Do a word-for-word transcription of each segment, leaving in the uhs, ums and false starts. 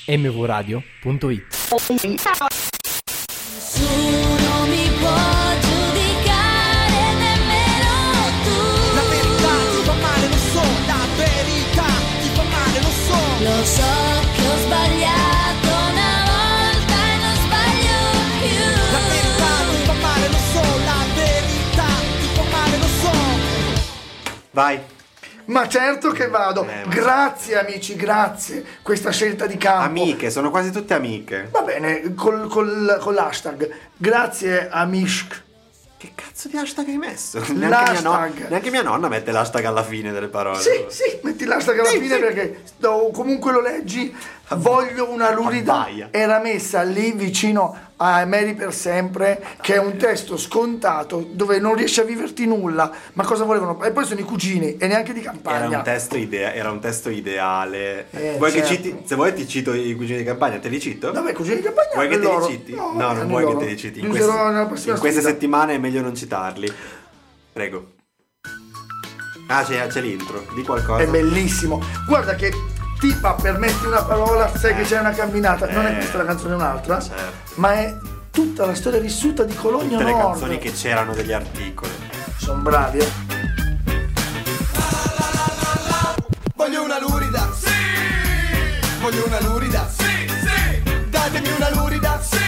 emme vu radio punto it. Nessuno mi può giudicare, nemmeno tu. La verità ti fa male, lo so. La verità ti fa male, lo so. Lo so che ho sbagliato una volta e non sbaglio più. La verità ti fa male, lo so. La verità ti fa male, lo so. Vai. Ma certo che vado. Eh, ma- Grazie amici, grazie. Questa scelta di campo. Amiche, sono quasi tutte amiche. Va bene, col, col, con l'hashtag. Grazie Amishk. Che cazzo di hashtag hai messo? Neanche mia, no- L'hashtag. neanche mia nonna mette l'hashtag alla fine delle parole. Sì, sì, metti l'hashtag alla Sì, fine sì. perché no, comunque lo leggi. Voglio una lurida. Abbaia. Era messa lì vicino a Mary per sempre, che è un testo scontato dove non riesci a viverti nulla. Ma cosa volevano? E poi sono i cugini e neanche di campagna. Era un testo idea- era un testo ideale. Eh, vuoi certo. che citi? Se vuoi ti cito i cugini di campagna, te li cito? Vabbè, cugini di campagna. Vuoi che te loro. li citi? No, No, non hanno vuoi loro. che te li citi. In Li queste, userò nella prossima in queste sfida. settimane è meglio non citarli. Prego. Ah, c'è, c'è l'intro. Di qualcosa. È bellissimo. Guarda che tipa, permetti una parola, sai che c'è una camminata. Non è Eh. questa la canzone, è un'altra. Certo. Ma è tutta la storia vissuta di Cologno Tutte le Nord. canzoni che c'erano degli articoli. Sono bravi, eh. Voglio una lurida. Sì. Voglio una lurida. Sì, sì. Datemi una lurida. Sì.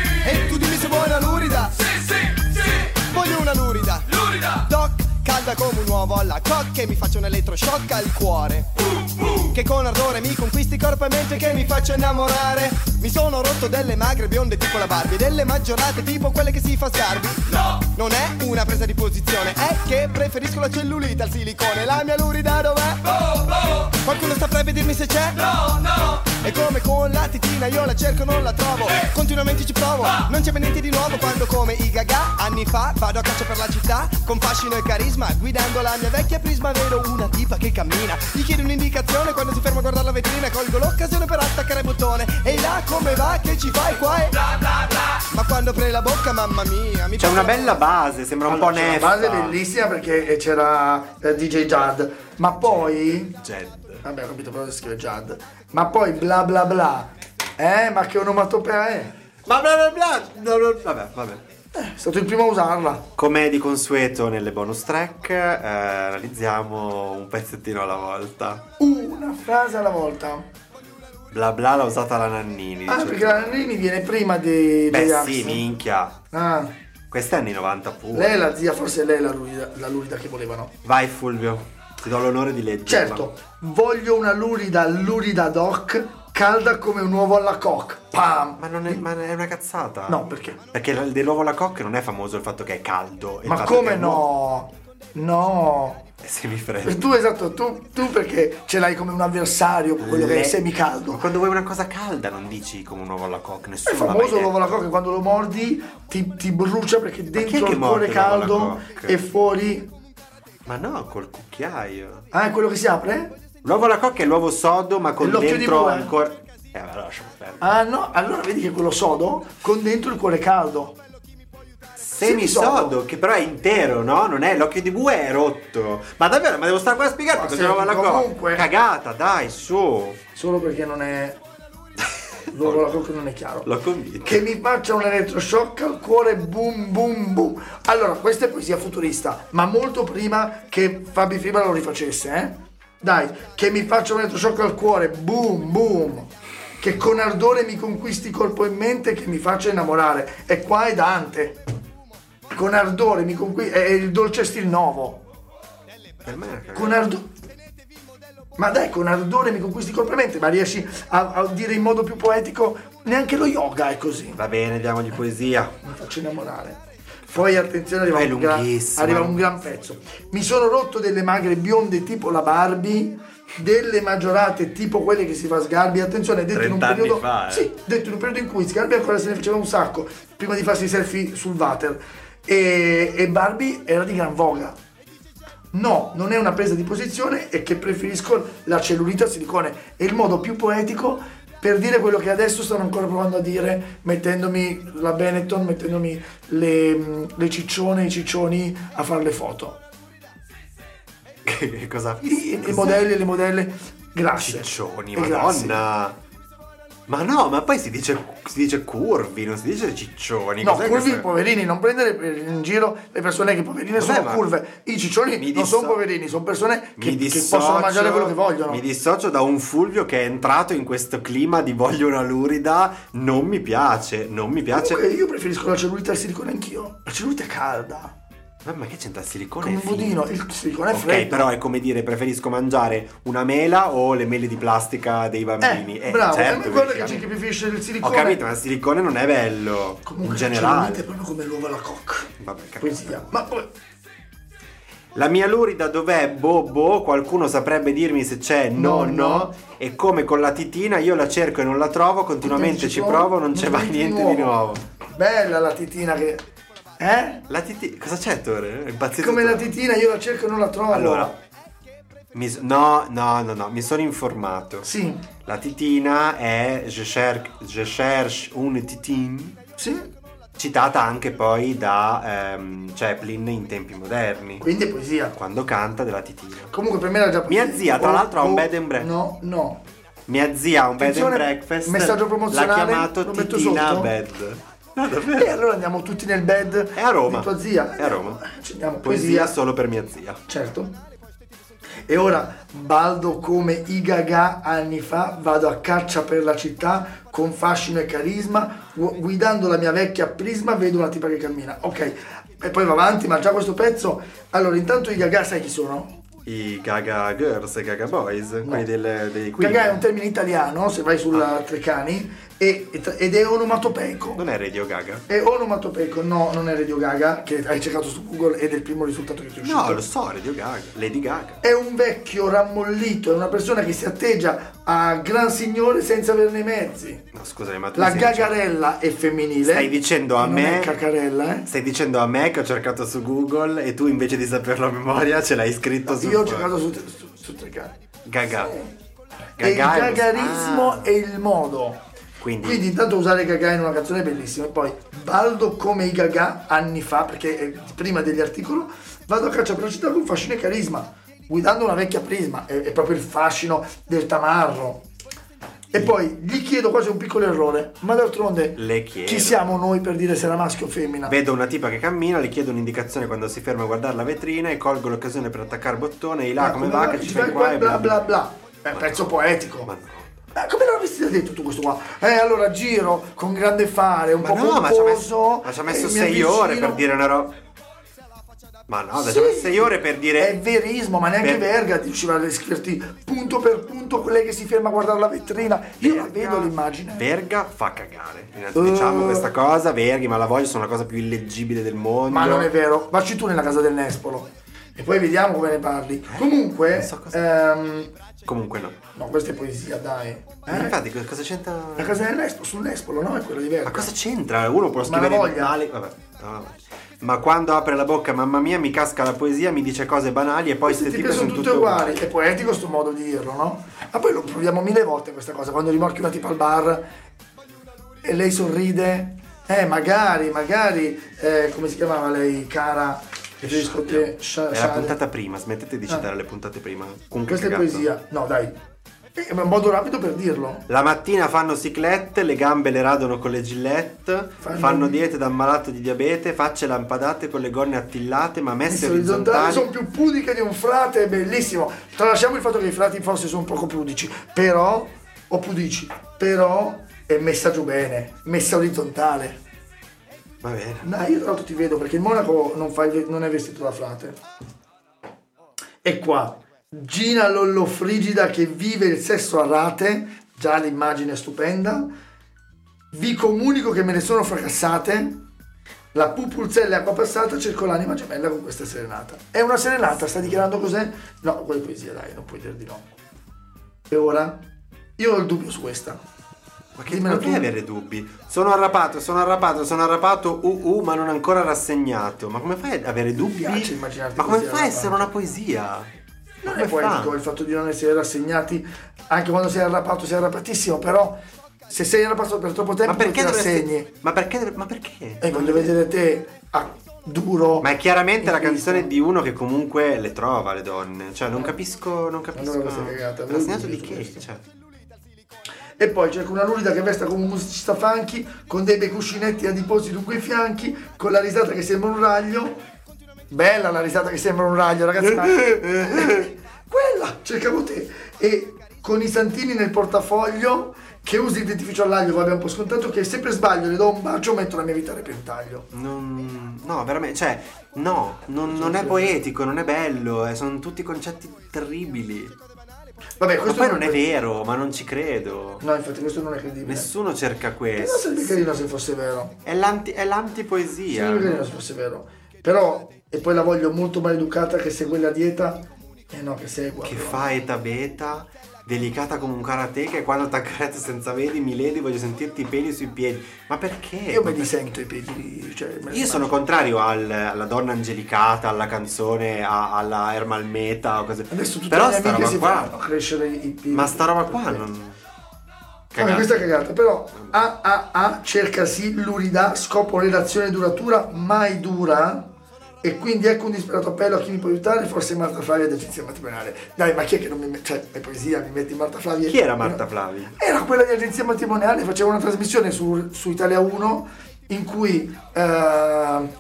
E tu dimmi se vuoi una lurida. Sì, sì, sì. Voglio una lurida. Lurida. Doc, calda come un uovo alla coc, che mi faccia un elettroshock al cuore. Che con ardore mi conquisti corpo e mente, che mi faccia innamorare. Mi sono rotto delle magre bionde tipo la Barbie, delle maggiorate tipo quelle che si fa sgarbi. No! Non è una presa di posizione, è che preferisco la cellulite al silicone. La mia lurida dov'è? Oh, oh. Qualcuno sta per dirmi se c'è? No, no! E come con la titina io la cerco, non la trovo. Eh. Continuamente ci provo, ah. Non c'è mai niente di nuovo. Quando come i gaga, anni fa, vado a caccia per la città con fascino e carisma, guidando la mia vecchia Prisma. Vedo una tipa che cammina, gli chiedo un'indicazione, quando si ferma a guardare la vetrina colgo l'occasione per attaccare il bottone. E là come va, che ci fai qua e bla bla bla. Ma quando apre la bocca, mamma mia, mi C'è una bella base, sembra un Allora, po' c'era neffa. la base bellissima perché c'era eh, D J Judd. Ma poi Jed. vabbè, ho capito, però si scrive Judd. Ma poi bla bla bla. Eh, ma che onomatopea è? Ma bla bla bla. bla, bla. Vabbè, vabbè. È stato il primo a usarla. Come di consueto nelle bonus track, eh, analizziamo un pezzettino alla volta. Una frase alla volta. Bla bla l'ha usata la Nannini. Ah, dice. perché la Nannini viene prima di Beh J-Ax. sì, minchia. Ah, Questa è anni novanta pure. lei è la zia, forse lei è la lurida, la lurida che volevano. Vai Fulvio, ti do l'onore di leggerla. Certo, voglio una lurida, lurida doc, calda come un uovo alla coque. Pam! Ma non è, ma è una cazzata. No, perché? Perché il- dell'uovo alla coque non è famoso il fatto che è caldo. e il Ma fatto che come è nuovo. no? No! È semifreddo. Tu esatto, tu, tu perché ce l'hai come un avversario, quello che è Le- Ma semicaldo. quando vuoi una cosa calda non dici come un uovo alla coque, È nessuno l'ha mai famoso detto. l'uovo alla coque, quando lo mordi ti, ti brucia perché chi è dentro che il morde cuore l'uovo alla caldo coque? e fuori. Ma no, col cucchiaio. Ah, è quello che si apre? L'uovo alla coque è l'uovo sodo, ma con L'occhio di dentro bue. ancora. Eh, ma lasciamo perdere. Ah no, allora vedi che quello sodo con dentro il cuore caldo. Semisodo, che però è intero, no? Non è l'occhio di bue, è rotto. Ma davvero, ma devo stare qua a spiegarti Ma cosa senti, l'uovo alla coque? comunque- Cagata, dai, su. Solo perché non è. L'uovo alla coque non è chiaro. L'ho convinto. Che mi faccia un elettroshock al cuore, boom boom boom. Allora, questa è poesia futurista, ma molto prima che Fabi Fibra lo rifacesse, eh? Dai, che mi faccia un elettroshock al cuore, boom boom. Che con ardore mi conquisti corpo e mente, che mi faccia innamorare. E qua è Dante. Con ardore mi conquisti. È il dolce stil nuovo. Per me è una cagata. Con ardore. Ma dai, con ardore mi conquisti corpo e mente, ma riesci a, a dire in modo più poetico, neanche lo yoga è così. Va bene, diamogli poesia. Mi faccio innamorare. Poi attenzione, arriva È un, gran, lunghissimo. arriva un gran pezzo. Mi sono rotto delle magre bionde tipo la Barbie, delle maggiorate tipo quelle che si fa Sgarbi. Attenzione, detto in un trenta anni periodo fa, eh. sì, detto in un periodo in cui Sgarbi ancora se ne faceva un sacco prima di farsi i selfie sul water e, e Barbie era di gran voga. No, non è una presa di posizione, è che preferisco la cellulite al silicone. È il modo più poetico per dire quello che adesso stanno ancora provando a dire, mettendomi la Benetton, mettendomi le, le ciccione, i ciccioni a fare le foto. Che cosa? I, i modelli e le modelle grasse. Ciccioni, E grassi. madonna. Ma no, ma poi si dice, si dice curvi, non si dice ciccioni. No, Cos'è curvi questa- poverini, non prendere per- in giro le persone che poverine Vabbè, sono ma- curve. I ciccioni Mi non disso- sono poverini, sono persone che, Mi che dissocio- possono mangiare quello che vogliono. Mi dissocio da un Fulvio che è entrato in questo clima di voglio una lurida. Non mi piace, non mi piace. Comunque io preferisco la cellulite al silicone anch'io. La cellulite è calda, Mamma, che c'entra il silicone? come un È fino. budino. Il silicone è Ok, freddo. però è come dire preferisco mangiare una mela o le mele di plastica dei bambini. Eh, bravo, certo, eh, guarda che perché- c'è chi preferisce il Ho silicone. capito, ma il silicone non è bello. Comunque in la generale. cellulite è proprio come l'uovo alla coque. Vabbè, cacata. Poesia. Ma poi La mia lurida dov'è? Boh boh, qualcuno saprebbe dirmi se c'è? No, No, no. no. E come con la titina io la cerco e non la trovo, continuamente ci provo, non c'è mai niente di nuovo. Bella la titina che... Eh? La titina... Cosa c'è, Tore? È impazzito. Come la tu. titina io la cerco e non la trovo. Allora, mi s- no, no, no, no, mi sono informato. Sì. La titina è Je cherche, je cherche une titine, Sì. citata anche poi da ehm, Chaplin in tempi moderni, Quindi è poesia. quando canta della titina. Comunque per me era già Mia zia, tra Oh, l'altro, ha un oh, bed and breakfast. No, no. Mia zia ha un bed and Attenzione, breakfast, messaggio promozionale, l'ha chiamato lo metto Titina sotto? Bed. No, E davvero? allora andiamo tutti nel bed È a Roma. di tua zia. È a Roma. Eh, ci andiamo. Poesia Poesia. solo per mia zia. Certo. E ora baldo come i Gaga anni fa, vado a caccia per la città con fascino e carisma, gu- guidando la mia vecchia Prisma vedo una tipa che cammina. Ok, e poi va avanti, ma già questo pezzo... Allora, intanto i Gaga sai chi sono? I Gaga Girls e Gaga Boys, quelli del, dei Queen. Gaga è un termine italiano, se vai sulla Treccani, e- ed è onomatopeico. Non è Radio Gaga? È onomatopeico, no, non è Radio Gaga, che hai cercato su Google ed è il primo risultato che ti è uscito. No, lo so, Radio Gaga. Lady Gaga. È un vecchio rammollito, è una persona che si atteggia a gran signore senza averne i mezzi. No, scusami, ma tu La sei- gagarella è femminile. Stai dicendo a non me- è cacarella, eh? Stai dicendo a me che ho cercato su Google e tu invece di saperlo a memoria ce l'hai scritto su Io ho cercato su, su, su Treccani. Gaga. E il Gaga è lo- gagarismo Ah. è il modo. Quindi, Quindi intanto usare Gaga in una canzone è bellissima. E poi baldo come i Gaga anni fa, perché è prima degli articoli, vado a caccia per la città con fascino e carisma, guidando una vecchia Prisma, è, è proprio il fascino del tamarro. E poi gli chiedo quasi un piccolo errore, ma d'altronde Le chiedo. chi siamo noi per dire se era maschio o femmina? vedo una tipa che cammina, le chiedo un'indicazione quando si ferma a guardare la vetrina e colgo l'occasione per attaccare bottone. E là, Ma come va? Che ci fai qua qua? e bla bla bla. È un pezzo poetico. Ma no. Ma come l'avresti detto tu questo qua? Eh, allora giro con grande fare, un Ma po' no, ma ci ha messo, pomposo. ma ci ha e messo mi sei avvicino. ore per dire una roba. Ma no, dai, Sì, ci ha messo sei ore per dire. È verismo, ma neanche Per- Verga ti riusciva a descriverti punto per punto quella che si ferma a guardare la vetrina. Io la Verga- vedo l'immagine. Verga fa cagare. Diciamo Uh. questa cosa, Verghi, ma la voglio, sono la cosa più illeggibile del mondo. Ma non è vero, vacci tu nella casa del Nespolo e poi vediamo come ne parli. Comunque, non so cosa- ehm, Comunque no. no, questa è poesia, dai. Ma Eh? infatti, co- cosa c'entra? La casa del Nespolo, sul Nespolo, no? È quella di Verga. Ma cosa c'entra? Uno può Ma scrivere la i voglia. banali. Vabbè, no. Ma quando apre la bocca, mamma mia, mi casca la poesia, mi dice cose banali e poi Queste queste tipe tipe sono sono tutte uguali. uguali. È poetico sto modo di dirlo, no? Ma poi lo proviamo mille volte questa cosa, quando rimorchi una tipa al bar e lei sorride. Eh, magari, magari, eh, come si chiamava lei, cara? Preferisco che... Sha- È la Shade. puntata prima, smettete di Ah. citare le puntate prima. Comunque Questa è cagato. poesia. No, dai. È un modo rapido per dirlo. La mattina fanno ciclette, le gambe le radono con le gillette, Fanno- fanno diete da malato di diabete, facce lampadate con le gonne attillate ma messe Queste orizzontali orizzontali. sono più pudiche di un frate, è bellissimo. Tralasciamo il fatto che i frati forse sono poco pudici, però, o pudici, però è messa giù bene, messa orizzontale. Va bene. Dai, io tra l'altro ti vedo perché il monaco non, fa il- non è vestito da frate. E qua, Gina Lollofrigida che vive il sesso a rate, già l'immagine è stupenda. Vi comunico che me ne sono fracassate. La pupulzella è acqua passata, cerco l'anima gemella con questa serenata. È una serenata, sta dichiarando cos'è? No, quella è poesia, dai, non puoi dire di no. E ora? Io ho il dubbio su questa. Ma che Dimmelo perché tu. avere dubbi? Sono arrapato, sono arrapato, sono arrapato, uh uh, ma non ancora rassegnato. Ma come fai ad avere dubbi? piace immaginarti Ma come così fai a arrabbiato. essere una poesia? Non Come è poetico fa? il fatto di non essere rassegnati, anche quando sei arrappato sei arrapatissimo, però se sei arrappato per troppo tempo Ma perché ti dovresti- rassegni. Ma perché? Ma perché? E voglio vedere te a duro. Ma è chiaramente la in canzone Cristo. di uno che comunque le trova le donne. Cioè, non capisco, non capisco. Allora questa cagata, Rassegnato avevo di dubbi su che? questo. Cioè. E poi cerco una lurida che vesta come un musicista funky, con dei bei cuscinetti adiposi lungo i fianchi, con la risata che sembra un raglio. Bella la risata che sembra un raglio, ragazzi, ma... quella, cercavo te. E con i santini nel portafoglio, che usi il dentifricio all'aglio, vabbè, un po' scontato, che sempre sbaglio, le do un bacio, metto la mia vita a repentaglio. Non, no, veramente, cioè, no, non, non è poetico, non è bello, eh, sono tutti concetti terribili. Vabbè, Ma questo poi non è vero, ma non ci credo. No, infatti questo non è credibile. Nessuno cerca Però questo. sarebbe carino se fosse vero. È, l'anti, è l'antipoesia. Sarebbe carino se fosse vero. Però, e poi la voglio molto maleducata che segue la dieta. Eh no, che segua. Che però. fa eta beta, delicata come un karateka, e quando t'accarezzo senza vedi mi ledi, voglio sentirti i peli sui piedi. Ma perché? Io Ma me li per- sento i piedi. Cioè, me li Io sono immagino. contrario al- alla donna angelicata, alla canzone, a- alla Ermal Meta o cose. Adesso tutte Però le mie sta amiche roba si qua. fanno crescere i piedi. Ma sta roba qua Perché? non. Vabbè, Cagata. questa è cagata, però A A A cerca sì luridà, scopo relazione duratura, mai dura, e quindi ecco un disperato appello a chi mi può aiutare, forse Marta Flavia d'Agenzia Matrimoniale. Dai, ma chi è che non mi mette, cioè, è poesia, mi metti Marta Flavia? Chi era Marta Flavia? Era quella di Agenzia Matrimoniale, faceva una trasmissione su, su Italia uno in cui eh,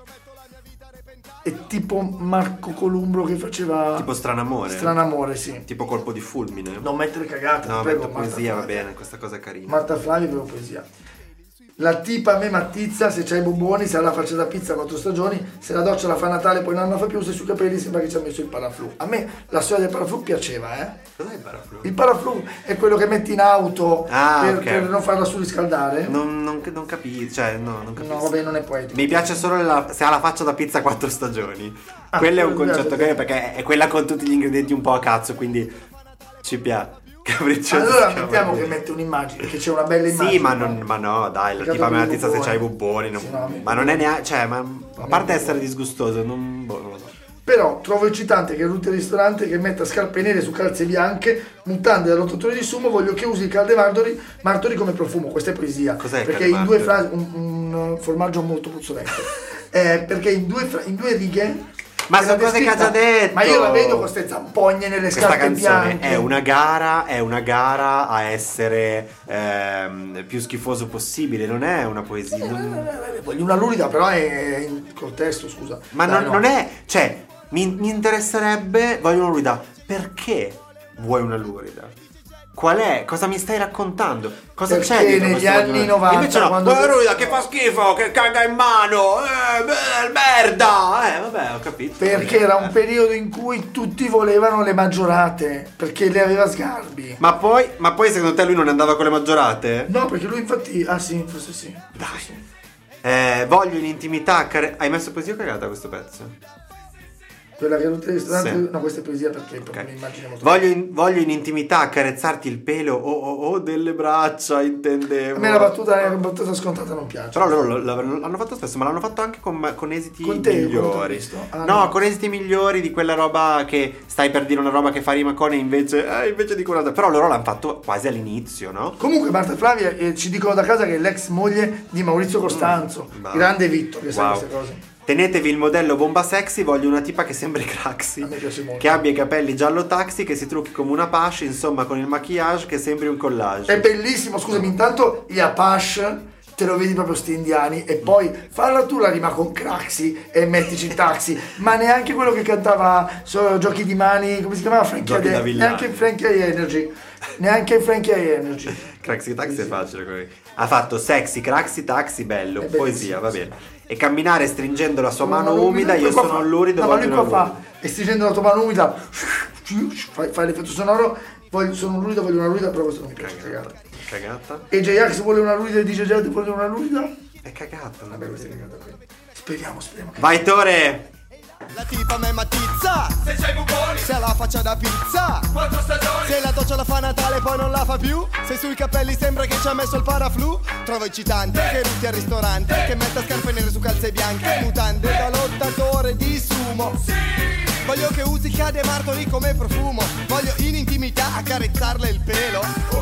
è tipo Marco Columbro che faceva Tipo Stranamore? Stranamore, sì. Tipo Colpo di fulmine? Non mettere cagate, No, ti prego, metto Marta poesia, va Flavia. bene, questa cosa è carina. Marta Flavia proprio poesia. La tipa a me mattizza, se c'hai i bomboni, se ha la faccia da pizza quattro stagioni, se la doccia la fa a Natale poi non la fa più, se sui capelli sembra che ci ha messo il paraflu. A me la storia del paraflu piaceva, eh. Cos'è il paraflu? Il paraflu è quello che metti in auto Ah, per, ok. per non farla surriscaldare. Non, non, non capisco, cioè, no, non capisco. No, vabbè, non è poetico. Mi piace solo la- se ha la faccia da pizza quattro stagioni. Ah, Quello è un quello concetto piace, che perché è quella con tutti gli ingredienti un po' a cazzo, quindi ci piace. Capriccioso. Allora si chiama. mettiamo che mette un'immagine, che c'è una bella immagine. Sì, ma, non, ma no, dai, la Perché tipa ha me la dei tizza se bubboni. c'hai i bubboni. non- Sì, no, mi- ma non è neanche. Cioè, ma a parte essere disgustoso, non, boh, non lo so. Però trovo eccitante che Rutte ristorante che metta scarpe nere su calze bianche, mutande da lottatore di sumo, voglio che usi il caldemartori martori come profumo. Questa è poesia. Cos'è il Perché in due caldemartori? frasi un, un formaggio molto puzzolente. eh, perché in due, fra- in due righe. Ma è sono la cose che ha già descritta- detto. Ma io la vedo con queste zampogne nelle Questa scarpe canzone bianche. è una gara, è una gara a essere ehm, più schifoso possibile, non è una poesia. non- Eh, Voglio una lurida, però è in, col testo, scusa. Ma Dai, non, no. non è, cioè, mi, mi interesserebbe, voglio una lurida. Perché vuoi una lurida? Qual è? Cosa mi stai raccontando? Cosa Perché c'è dietro negli questo anni voglio- novanta, Invece no, quando- quando... lurida che fa schifo, che caga in mano, eh, beh, merda. Eh, vabbè, ho capito. Perché era un periodo in cui tutti volevano le maggiorate, perché le aveva sgarbi. Ma poi, ma poi secondo te lui non andava con le maggiorate? No, perché lui infatti... Ah sì, forse sì. Dai. Eh, voglio in intimità. care- Hai messo poesia o cagata questo pezzo? Quella che Rutte ristorante... Sì. No, questa è poesia perché proprio Ok. mi immagino molto. Voglio in, voglio in intimità accarezzarti il pelo o oh, oh, delle braccia, intendevo. A me la battuta, la battuta scontata non piace. Però loro lo- lo- l'hanno fatto spesso, ma l'hanno fatto anche con, con esiti Con te, quando t'ho migliori. visto? Ah, no, no. con esiti migliori di quella roba che stai per dire una roba che fa rima con e invece, eh, invece dico un'altra. Però loro l'hanno fatto quasi all'inizio, no? Comunque Marta Flavia eh, ci dicono da casa che è l'ex moglie di Maurizio Costanzo. Mm, bravo. Grande Vitto che sa Wow. queste cose. Tenetevi il modello bomba sexy, voglio una tipa che sembri Craxi, A me piace molto. che abbia i capelli giallo taxi, che si trucchi come una Apache, insomma con il maquillage che sembri un collage. È bellissimo, scusami, intanto gli Apache te lo vedi proprio sti indiani e poi falla tu la rima con Craxi e mettici il taxi, ma neanche quello che cantava so, Giochi di mani, come si chiamava? Frankie Giochi da Ade- villani. neanche Frankie High Energy, neanche Frankie High Energy. Craxi taxi è facile. quello lì. Ha fatto sexy, Craxi taxi, bello, È bellissimo, poesia, va sì. bene. E camminare stringendo la sua Una mano umida, io poi qua sono fa- lurido, no, ma voglio lui una qua fa lurida. e stringendo la tua mano umida fai, fai l'effetto sonoro, voglio, sono un lurido, voglio una lurida, però questo non mi piace, cagata. Cagata? E J-Ax vuole una lurida e D J Jad vuole una lurida? È cagata. Vabbè, questa è cagata qui. Speriamo, speriamo che... Vai Tore! La tipa me matizza, se c'hai bubboni, se ha la faccia da pizza, quattro stagioni, se la doccia la fa a Natale poi non la fa più, se sui capelli sembra che ci ha messo il paraflu, trovo eccitante che rutti al ristorante, che metta scarpe nere su calze bianche, mutande da lottatore di sumo. Voglio che usi Cade Martoni come profumo, voglio in intimità accarezzarle il pelo,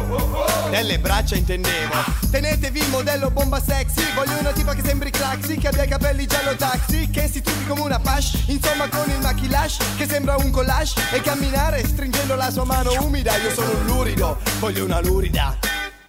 nelle braccia intendevo. Tenetevi il modello bomba sexy, voglio una tipa che sembri Craxi, che abbia i capelli giallo taxi, che si trucchi come una Apache, insomma con il maquillage che sembra un collage, e camminare stringendo la sua mano umida. Io sono un lurido, voglio una lurida.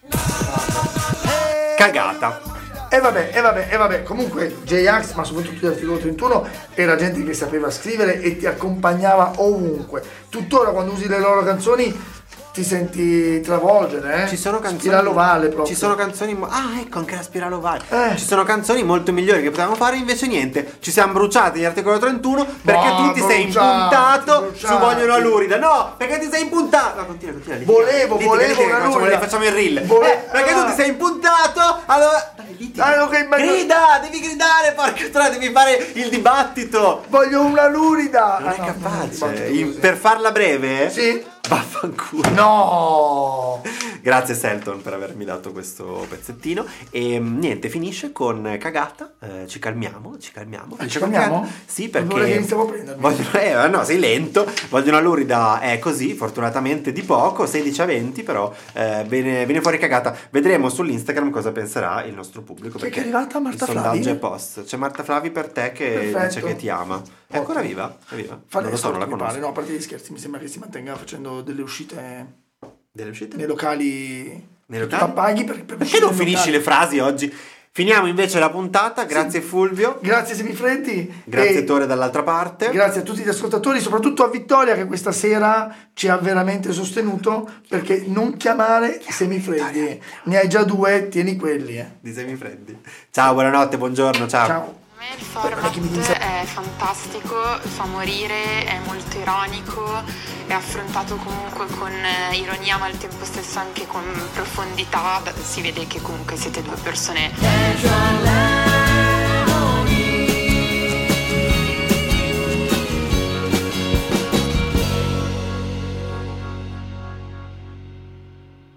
Cagata. E vabbè, e vabbè, e vabbè, comunque J-Ax, ma soprattutto l'articolo trentuno, era gente che sapeva scrivere e ti accompagnava ovunque. Tuttora quando usi le loro canzoni ti senti travolgere, eh? Ci sono canzoni Spirale ovale proprio. Ci sono canzoni mo- Ah, ecco anche la spirale ovale. Eh. Ci sono canzoni molto migliori che potevamo fare, invece niente. Ci siamo bruciati gli articolo trentuno perché No, tu ti sei bruciati, impuntato bruciati. su Voglio una lurida. No, perché ti sei impuntato. No, continua, continua. litiga. Volevo, Litiga, volevo litiga, una che facciamo, lurida. facciamo il reel. Vole- Eh, perché tu ti sei impuntato. Allora dai, litiga. Ah, ok, ma- Grida, devi gridare, porca troia, devi fare il dibattito. Voglio una lurida. Non Ah, è no, capace. no, no, In- per farla breve? Sì. Vaffanculo. No. Grazie Selton per avermi dato questo pezzettino. E mm, niente, finisce con cagata. Eh, ci calmiamo, ci calmiamo. Ah, Finisce ci con calmiamo? cagata. Sì, Non perché vorrei che mi stavo prendendo. Voglio, eh, no, sei lento. Voglio una lurida è così, fortunatamente di poco, sedici a venti, però eh, viene, viene fuori cagata. Vedremo sull'Instagram cosa penserà il nostro pubblico. Chi è perché che è arrivata? Marta il sondaggio Flavi? è post. C'è Marta Flavi per te che Perfetto. dice che ti ama. È ancora viva? È viva? Fa- Non lo so, non la mi conosco. pare, no, a parte gli scherzi, mi sembra che si mantenga facendo delle uscite Delle uscite? nei locali. Nei che tu locali? la paghi per, per Perché uscire non nei finisci locali. le frasi oggi? Finiamo invece la puntata, grazie Fulvio, Grazie Semifreddi. grazie E Tore dall'altra parte. grazie a tutti gli ascoltatori, soprattutto a Vittoria che questa sera ci ha veramente sostenuto, perché non chiamare Semifreddi. Ne hai già due, tieni quelli. Eh. Di Semifreddi. Ciao, buonanotte, buongiorno, ciao. Ciao. Per me il format è fantastico, fa morire, è molto ironico, è affrontato comunque con eh, ironia ma al tempo stesso anche con profondità, si vede che comunque siete due persone Casual